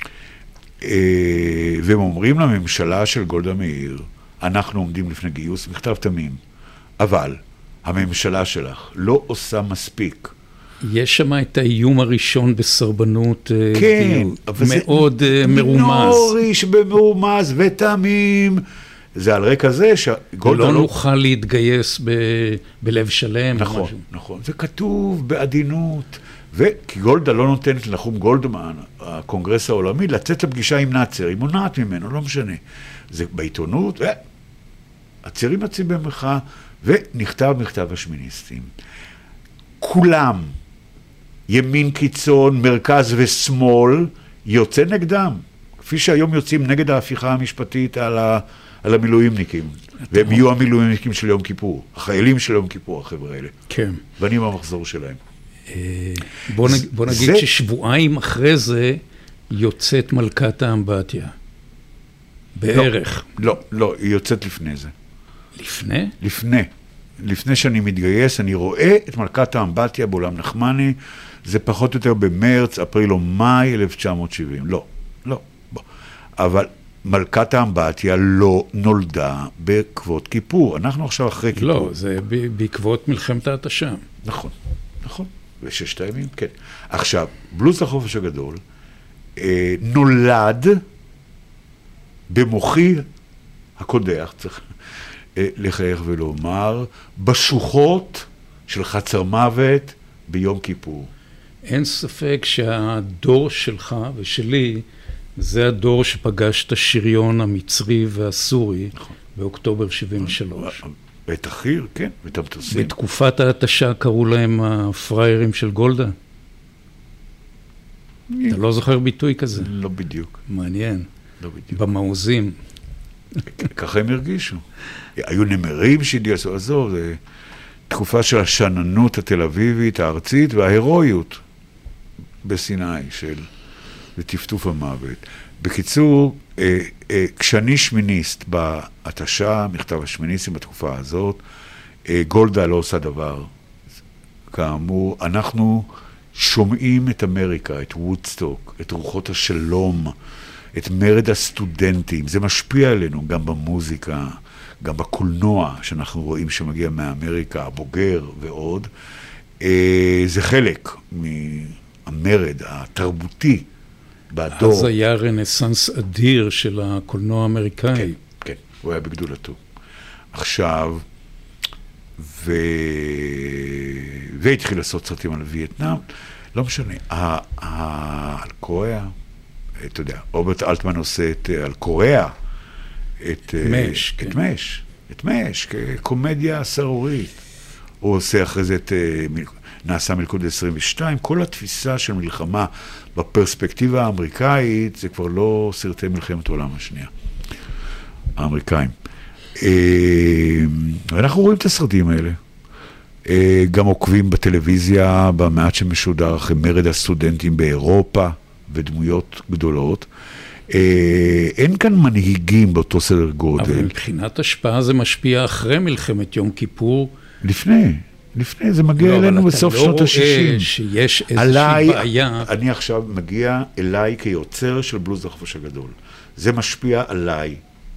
והם אומרים לממשלה של גולדה מאיר, אנחנו עומדים לפני גיוס, מכתב תמים, אבל הממשלה שלך לא עושה מספיק. יש שם את האיום הראשון בסרבנות, כן, מאוד מרומז. מינורי שבמרומז ותמים. זה על רקע זה שגולדה לא... לא נוכל להתגייס ב... בלב שלם. נכון, נכון. זה כתוב בעדינות. וכי גולדה לא נותנת לחום גולדמן, הקונגרס העולמי, לצאת לפגישה עם נאצר, היא מונעת ממנו, לא משנה. זה בעיתונות, והצירים יוצאים במחאה, ונכתב מכתב השמיניסטים. כולם, ימין קיצון, מרכז ושמאל, יוצא נגדם. כפי שהיום יוצאים נגד ההפיכה המשפטית על, ה, על המילואימניקים. והם יהיו המילואימניקים של יום כיפור. החיילים של יום כיפור, החבר'ה האלה. כן. ואני במחזור שלהם. בוא, נג, בוא נגיד זה... ששבועיים אחרי זה יוצאת מלכת האמבטיה. בערך. לא, לא, לא, היא יוצאת לפני זה. לפני? לפני. לפני שאני מתגייס, אני רואה את מלכת האמבטיה באולם נחמני, זה פחות או יותר במרץ, אפריל או מאי אלף תשע מאות שבעים. לא, לא, בוא. אבל מלכת האמבטיה לא נולדה בעקבות כיפור. אנחנו עכשיו אחרי כיפור. לא, זה בעקבות מלחמת ההתשה. נכון, נכון. וששת הימים, כן. עכשיו, בלוז החופש הגדול אה, נולד במוחי הקודח, צריך אה, לחייך ולומר, בשוחות של חצר מוות ביום כיפור. אין ספק שהדור שלך ושלי, זה הדור שפגש את השריון המצרי והסורי נכון. באוקטובר שבעים ושלוש. ואת החיר, כן, ואת המטוסים. בתקופת ההתשה קראו להם הפריירים של גולדה. אתה לא זוכר ביטוי כזה? לא בדיוק. מעניין. לא בדיוק. במעוזים. ככה הם הרגישו. היו נמרים שהתגייסו, עזוב, זה תקופה של השננות התל אביבית, הארצית, וההירואיות בסיני של טפטוף המוות. בקיצור, אה, אה, כשאני שמיניסט בהתשה, מכתב השמיניסטים בתקופה הזאת, אה, גולדה לא עושה דבר. כאמור, אנחנו שומעים את אמריקה, את וודסטוק, את רוחות השלום, את מרד הסטודנטים. זה משפיע עלינו גם במוזיקה, גם בקולנוע שאנחנו רואים שמגיע מאמריקה, הבוגר ועוד. אה, זה חלק מהמרד התרבותי בדור. אז היה רנסנס אדיר של הקולנוע האמריקאי. כן, כן, הוא היה בגדולתו. עכשיו, ו... והתחיל לעשות סרטים על וייטנאם, לא משנה, על קוריאה, אתה יודע, רוברט אלטמן עושה את, על קוריאה, את מש, את כן. מש, את מש, כקומדיה סרורית. הוא עושה אחרי זה את נעשה מלכוד עשרים ושתיים, כל התפיסה של מלחמה בפרספקטיבה האמריקאית, זה כבר לא סרטי מלחמת העולם השנייה, האמריקאים. ואנחנו רואים את הסרטים האלה. גם עוקבים בטלוויזיה, במעט שמשודר אחרי מרד הסטודנטים באירופה, ודמויות גדולות. אין כאן מנהיגים באותו סדר גודל. אבל מבחינת השפעה זה משפיע אחרי מלחמת יום כיפור. לפני. לפני, זה מגיע לא, אלינו בסוף לא שנות ה-שישים. אתה לא רואה שיש איזושהי עליי, בעיה. אני עכשיו מגיע אליי כיוצר של בלוז החופש הגדול. זה משפיע עליי.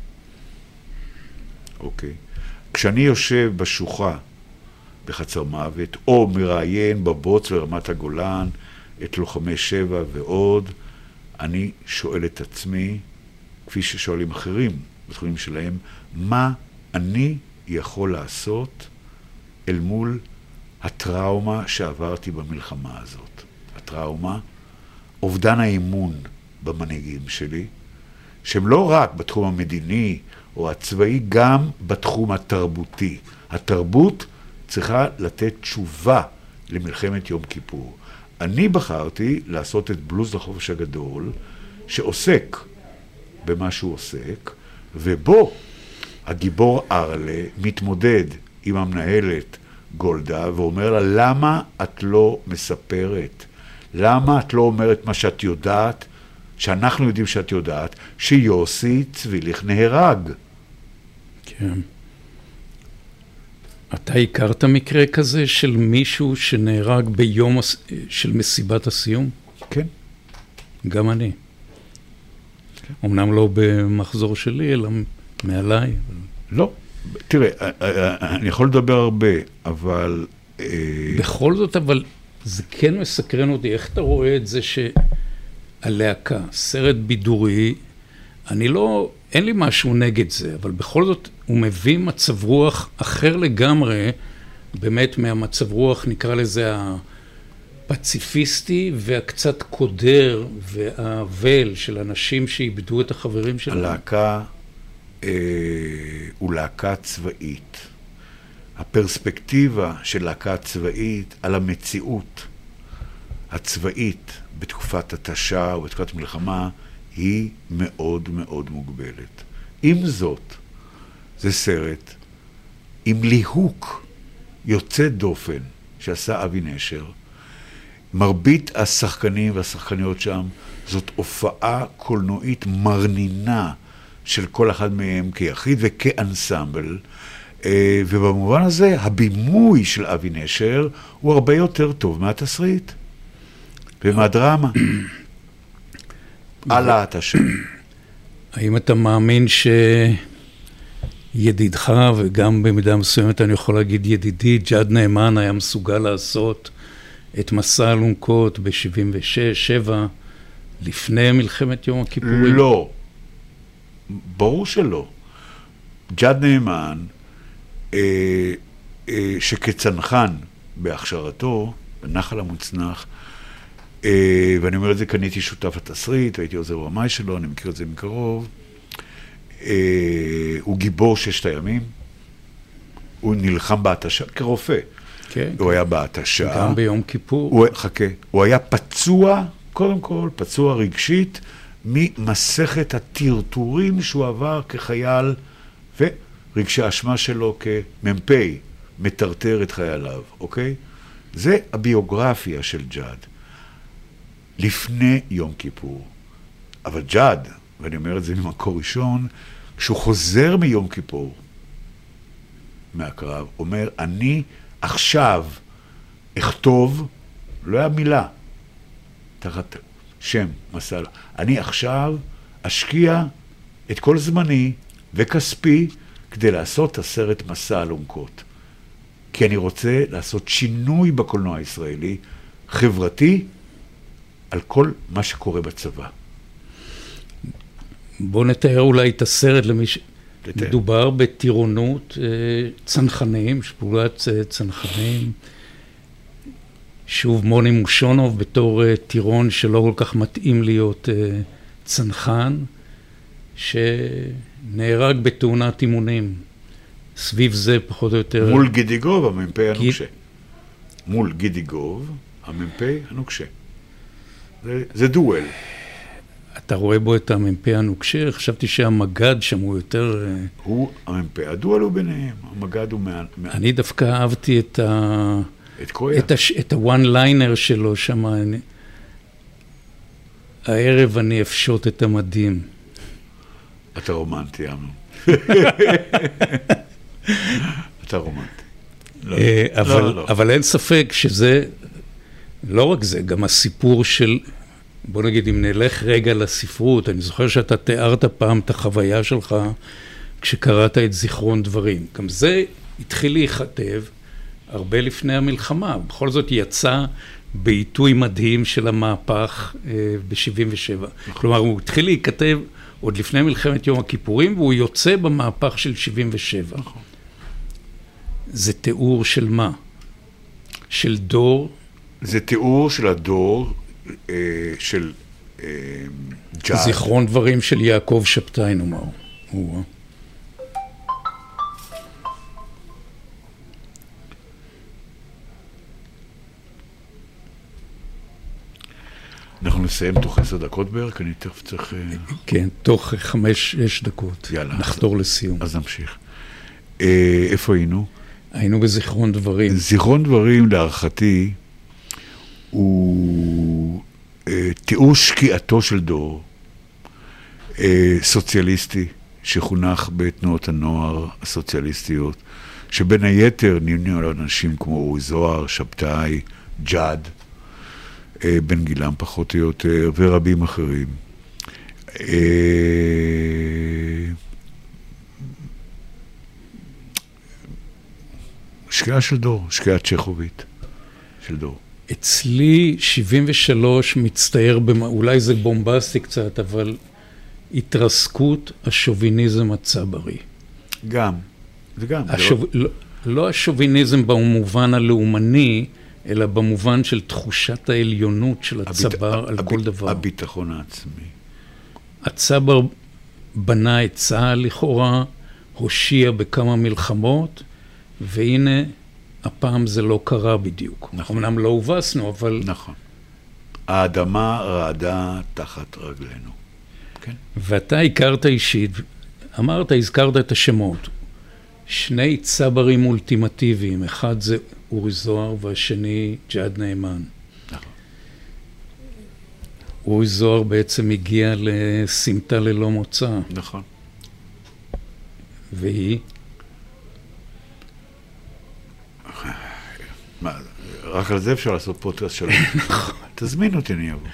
אוקיי. כשאני יושב בשוחה בחצר מוות, או מראיין בבוץ לרמת הגולן, את לוחמי שבע ועוד, אני שואל את עצמי, כפי ששואלים אחרים בתחומים שלהם, מה אני יכול לעשות אל מול הטראומה שעברתי במלחמה הזאת. הטראומה, אובדן האמון במנהיגים שלי, שהם לא רק בתחום המדיני או הצבאי, גם בתחום התרבותי. התרבות צריכה לתת תשובה למלחמת יום כיפור. אני בחרתי לעשות את בלוז החופש הגדול, שעוסק במה שהוא עוסק, ובו הגיבור ארלה מתמודד עם המנהלת גולדה, ואומר לה, למה את לא מספרת? למה את לא אומרת מה שאת יודעת, שאנחנו יודעים שאת יודעת, שיוסי צביליך נהרג? כן. אתה הכרת מקרה כזה של מישהו שנהרג ביום של מסיבת הסיום? כן. גם אני. כן. אמנם לא במחזור שלי, אלא מעליי. לא. תראה, אני יכול לדבר הרבה, אבל... בכל זאת, אבל זה כן מסקרן אותי. איך אתה רואה את זה שהלהקה, סרט בידורי, אני לא... אין לי משהו נגד זה, אבל בכל זאת הוא מביא מצב רוח אחר לגמרי, באמת מהמצב רוח, נקרא לזה הפציפיסטי והקצת קודר והאבל של אנשים שאיבדו את החברים שלהם. הלהקה אה, הוא להקה צבאית. הפרספקטיבה של להקה צבאית על המציאות הצבאית בתקופת התשה או בתקופת מלחמה, היא מאוד מאוד מוגבלת. עם זאת, זה סרט עם ליהוק יוצא דופן שעשה אבי נשר. מרבית השחקנים והשחקניות שם, זאת הופעה קולנועית מרנינה של כל אחד מהם כיחיד וכאנסמבל. ובמובן הזה, הבימוי של אבי נשר הוא הרבה יותר טוב מהתסריט ומהדרמה. הלאה, אתה שם. האם אתה מאמין שידידך, וגם במידה מסוימת אני יכול להגיד ידידי, ג'אד נאמן היה מסוגל לעשות את מסע אלונקות ב-שבעים ושש שבע לפני מלחמת יום הכיפורים? לא. ברור שלא. ג'אד נאמן, אה, אה, שכצנחן בהכשרתו, בנחל המוצנח, אה, ואני אומר את זה, קניתי שותף התסריט, הייתי עוזר רמאי שלו, אני מכיר את זה מקרוב, אה, הוא גיבור ששת הימים, הוא נלחם בהתשה, כרופא. כן. הוא היה בהתשה. גם ביום כיפור. הוא, חכה, הוא היה פצוע, קודם כל, פצוע רגשית, ממסכת הטרטורים שהוא עבר כחייל, ורגשי האשמה שלו כמ"פ, מטרטר את חייליו, אוקיי? זה הביוגרפיה של ג'אד. לפני יום כיפור. אבל ג'אד, ואני אומר את זה ממקור ראשון, כשהוא חוזר מיום כיפור, מהקרב, אומר, אני עכשיו אכתוב, לא היה מילה, תחת שם, מסע, אני עכשיו אשקיע את כל זמני וכספי כדי לעשות את הסרט מסע אלונקות. כי אני רוצה לעשות שינוי בקולנוע הישראלי, חברתי, על כל מה שקורה בצבא. בוא נתאר אולי את הסרט למי ש... מדובר בטירונות צנחנים, פעולת צנחנים. שוב מוני מושונוב בתור טירון שלא כל כך מתאים להיות צנחן, שנהרג בתאונת אימונים. סביב זה פחות או יותר... מול גידיגוב, המ"פ הנוקשה. מול גידיגוב, המ"פ הנוקשה. זה, זה דואל. אתה רואה בו את המ"פ הנוקשה? חשבתי שהמגד שם הוא יותר... הוא המ"פ, הדואל הוא ביניהם, המגד הוא מעל... אני דווקא אהבתי את ה... את קויה. את, הש... את הוואן ליינר שלו שם. אני... הערב אני אפשוט את המדים. אתה רומנטי, אמנון. אתה רומנטי. לא, אבל, לא, לא. אבל אין ספק שזה, לא רק זה, גם הסיפור של, בוא נגיד, אם נלך רגע לספרות, אני זוכר שאתה תיארת פעם את החוויה שלך, כשקראת את זיכרון דברים. גם זה התחיל להיכתב הרבה לפני המלחמה. בכל זאת יצא בעיתוי מדהים של המהפך ב-שבעים ושבע. כלומר, הוא התחיל להיכתב עוד לפני מלחמת יום הכיפורים, והוא יוצא במהפך של שבעים ושבע. נכון. זה תיאור של מה? של דור? זה תיאור של הדור אה, של אה, ג'אד. זיכרון דברים של יעקב שבתאי, נאמר. הוא... אנחנו נסיים תוך עשר דקות בערך, אני תכף צריך... כן, תוך חמש, שש דקות. יאללה. נחתור לסיום. אז נמשיך. אה, איפה היינו? היינו בזיכרון דברים. זיכרון דברים, להערכתי, הוא אה, תיאור שקיעתו של דור אה, סוציאליסטי, שחונך בתנועות הנוער הסוציאליסטיות, שבין היתר נמנים על אנשים כמו אורי זוהר, שבתאי, ג'אד, אה, בן גילם פחות או יותר, ורבים אחרים. אה, שקיעה של דור, שקיעה צ'כובית של דור. אצלי שבעים ושלוש מצטייר, במ... אולי זה בומבסטי קצת, אבל התרסקות השוביניזם הצברי. גם, זה גם. השוב... זה לא... לא השוביניזם במובן הלאומני, אלא במובן של תחושת העליונות של הצבר הביט... על הביט... כל דבר. הביטחון העצמי. הצבר בנה את צה"ל לכאורה, הושיע בכמה מלחמות, והנה, הפעם זה לא קרה בדיוק. נכון. אמנם לא הובסנו, אבל... נכון. האדמה רעדה תחת רגלינו. כן. ואתה הכרת אישית, אמרת, הזכרת את השמות. שני צברים אולטימטיביים, אחד זה אורי זוהר והשני ג'אד נאמן. נכון. אורי זוהר בעצם הגיע לסמטה ללא מוצא. נכון. והיא? מה, רק על זה אפשר לעשות פודקאסט שלנו. תזמין אותי, אני אבוא.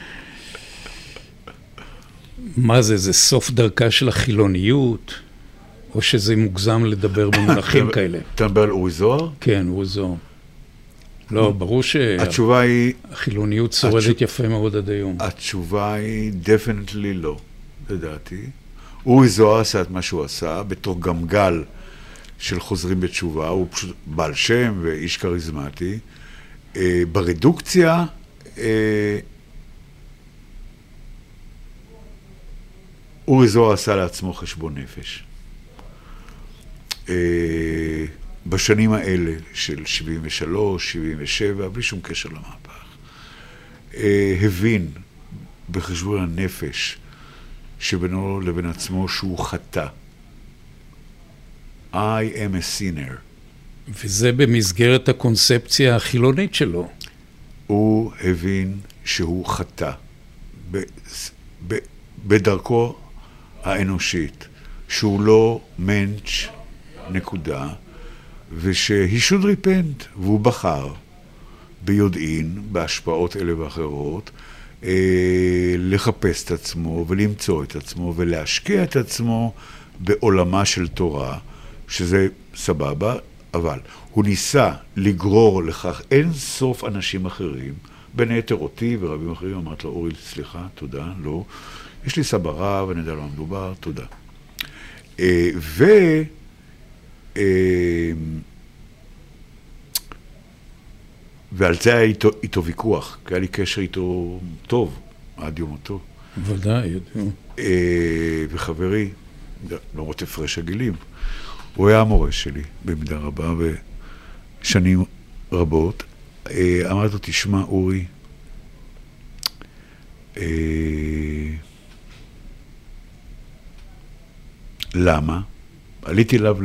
מה זה, זה סוף דרכה של החילוניות, או שזה מוגזם לדבר במונחים כאלה? אתה מדבר על אורי זוהר? כן, אורי זוהר. לא, ברור התשובה היא... החילוניות שורדת יפה מאוד עד היום. התשובה היא definitely לא, לדעתי. אורי זוהר עשה את מה שהוא עשה, בתור גמגל של חוזרים בתשובה, הוא פשוט בעל שם ואיש קריזמטי. ברדוקציה, אורי זוהר עשה לעצמו חשבון נפש. בשנים האלה של שבעים ושלוש, שבעים ושבע, בלי שום קשר למהפך, הבין בחשבון הנפש שבינו לבין עצמו שהוא חטא. I am a sinner. וזה במסגרת הקונספציה החילונית שלו. הוא הבין שהוא חטא ב- ב- בדרכו האנושית, שהוא לא מנץ' נקודה, וש-he should repent, והוא בחר ביודעין, בהשפעות אלה ואחרות, אה, לחפש את עצמו ולמצוא את עצמו ולהשקיע את עצמו בעולמה של תורה, שזה סבבה, אבל הוא ניסה לגרור לכך אין סוף אנשים אחרים, בין היתר אותי ורבים אחרים, אמרת לו, אורי, סליחה, תודה, לא, יש לי סבא רב, אני יודע לא מדובר, תודה. אה, ו... ועל זה היה איתו, איתו ויכוח, כי היה לי קשר איתו טוב, עד יום אותו. ודאי, יודעים. וחברי, למרות הפרש הגילים, הוא היה המורה שלי במידה רבה ושנים רבות. אמרתי לו, תשמע, אורי, למה? עליתי אליו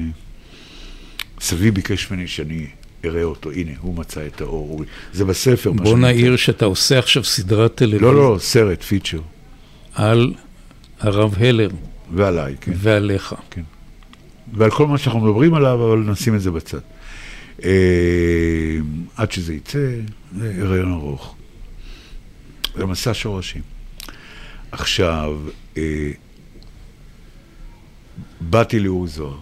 לסבי ביקש ממני שאני אראה אותו, הנה, הוא מצא את האור, אורי. זה בספר. בוא נעיר שאתה עושה עכשיו סדרת טלוויזיה. לא, לא, סרט, פיצ'ר. על הרב הלר. ועליי, כן. ועליך. כן. ועל כל מה שאנחנו מדברים עליו, אבל נשים את זה בצד. עד שזה יצא, זה הריון ארוך. זה מסע שורשים. עכשיו, באתי לאורי זוהר,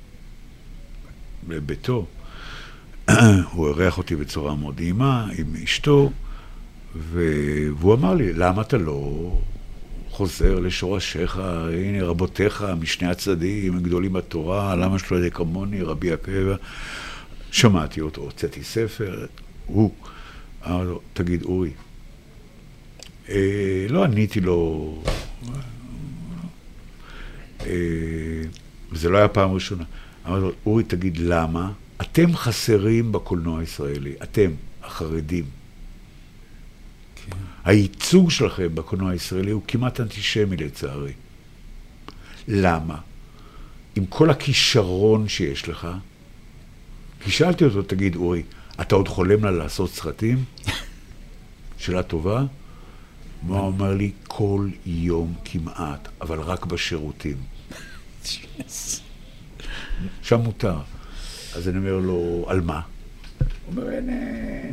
לביתו, הוא ערך אותי בצורה מאוד נעימה עם אשתו, והוא אמר לי, למה אתה לא חוזר לשורשיך, הנה רבותיך משני הצדדים, הם גדולים בתורה, למה שלא ידי כמוני, רבי עקיבא. שמעתי אותו, הוצאתי ספר, הוא אמר לו, תגיד אורי, אה, לא עניתי לו, אה, וזה לא היה פעם ראשונה, אמר לו, אורי, תגיד למה, אתם חסרים בקולנוע הישראלי, אתם, החרדים. כן. הייצוג שלכם בקולנוע הישראלי הוא כמעט אנטישמי לצערי. למה? עם כל הכישרון שיש לך, כי שאלתי אותו, תגיד, אורי, אתה עוד חולם לה לעשות סרטים? שאלה טובה. הוא אומר לי, כל יום כמעט, אבל רק בשירותים. שם מותר. אז אני אומר לו, על מה? הוא אומר, אין, אין.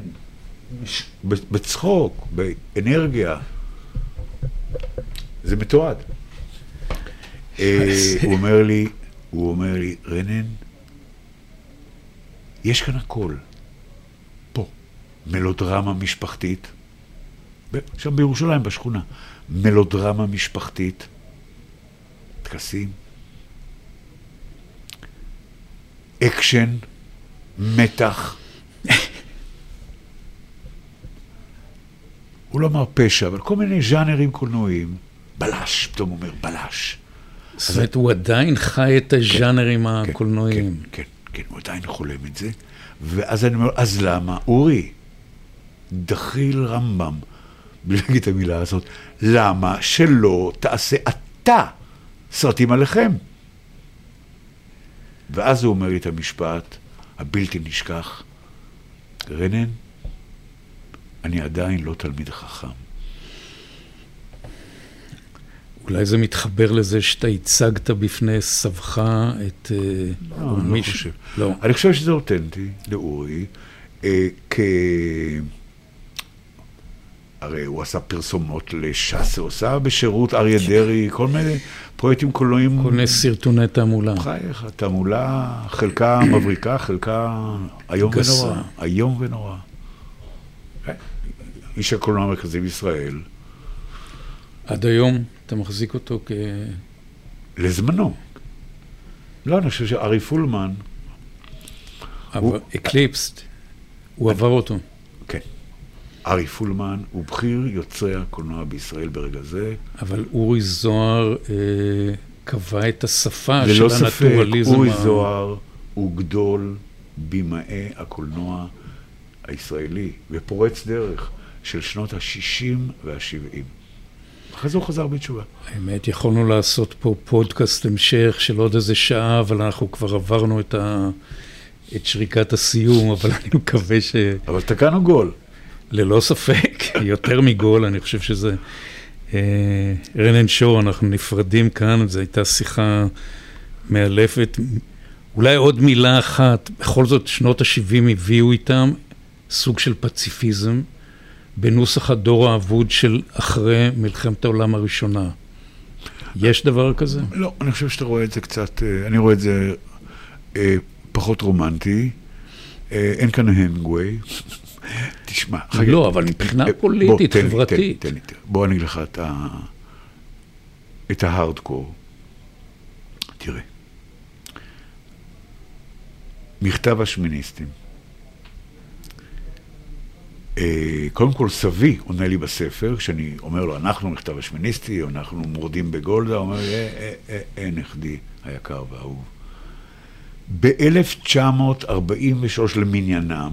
בצחוק, באנרגיה. זה מתועד. הוא אומר לי, הוא אומר לי, רנן, יש כאן הכל. פה. מלודרמה משפחתית. שם בירושלים, בשכונה. מלודרמה משפחתית. טקסים. אקשן. מתח. הוא לא אמר פשע, אבל כל מיני ז'אנרים קולנועיים. בלש, פתאום הוא אומר בלש. זאת אומרת, הוא עדיין חי את הז'אנרים הקולנועיים. כן, כן, כן, הוא עדיין חולם את זה. ואז אני אומר, אז למה? אורי, דחיל רמב"ם, בלי להגיד את המילה הזאת, למה שלא תעשה אתה סרטים עליכם? ואז הוא אומר לי את המשפט, הבלתי נשכח, רנן, אני עדיין לא תלמיד חכם. אולי זה מתחבר לזה שאתה הצגת בפני סבך את... לא, אני לא חושב. לא. אני חושב שזה אותנטי לאורי. אה, כ... הרי הוא עשה פרסומות לש"ס, הוא עשה בשירות אריה דרעי, כל מיני פרויקטים קולנועיים. כל מיני סרטוני תעמולה. חייך, תעמולה, חלקה מבריקה, חלקה איום ונורא. איום ונורא. איש הקולנוע המרכזי בישראל. עד היום אתה מחזיק אותו כ... לזמנו. לא, אני חושב שארי פולמן... אקליפסט, הוא עבר אותו. כן. ארי פולמן הוא בכיר יוצרי הקולנוע בישראל ברגע זה. אבל אורי זוהר אה, קבע את השפה של הנטורליזם. ללא ספק, אורי זוהר הוא גדול בימאי הקולנוע הישראלי, ופורץ דרך של שנות ה-שישים וה-שבעים. אחרי זה הוא חזר בתשובה. האמת, יכולנו לעשות פה פודקאסט המשך של עוד איזה שעה, אבל אנחנו כבר עברנו את, ה... את שריקת הסיום, אבל אני מקווה ש... אבל תקענו גול. ללא ספק, יותר מגול, אני חושב שזה... אה, רנן שור, אנחנו נפרדים כאן, זו הייתה שיחה מאלפת. אולי עוד מילה אחת, בכל זאת שנות ה-שבעים הביאו איתם סוג של פציפיזם, בנוסח הדור האבוד של אחרי מלחמת העולם הראשונה. יש דבר כזה? לא, אני חושב שאתה רואה את זה קצת, אני רואה את זה אה, פחות רומנטי, אה, אין כאן הנגווי, תשמע. חגי, לא, אבל מבחינה פוליטית, בוא, תן, חברתית. תן, תן, תן, בוא אני אגיד לך את, ה, את ההארדקור. תראה, מכתב השמיניסטים. קודם כל סבי עונה לי בספר, כשאני אומר לו, אנחנו מכתב השמיניסטי, או אנחנו מורדים בגולדה, הוא אומר לי, אה, אה, אה, אה, נכדי היקר והאהוב. ב-אלף תשע מאות ארבעים ושלוש למניינם,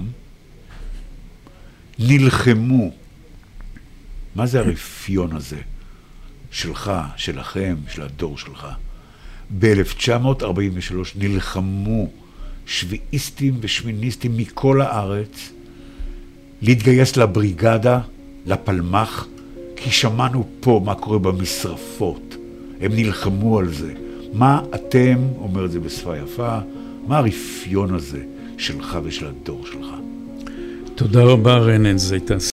נלחמו, מה זה הרפיון הזה? שלך, שלכם, של הדור שלך. ב-אלף תשע מאות ארבעים ושלוש נלחמו שביעיסטים ושמיניסטים מכל הארץ, להתגייס לבריגדה, לפלמח, כי שמענו פה מה קורה במשרפות. הם נלחמו על זה. מה אתם, אומר את זה בשפה יפה, מה הרפיון הזה שלך ושל הדור שלך? תודה רבה רנן, זו הייתה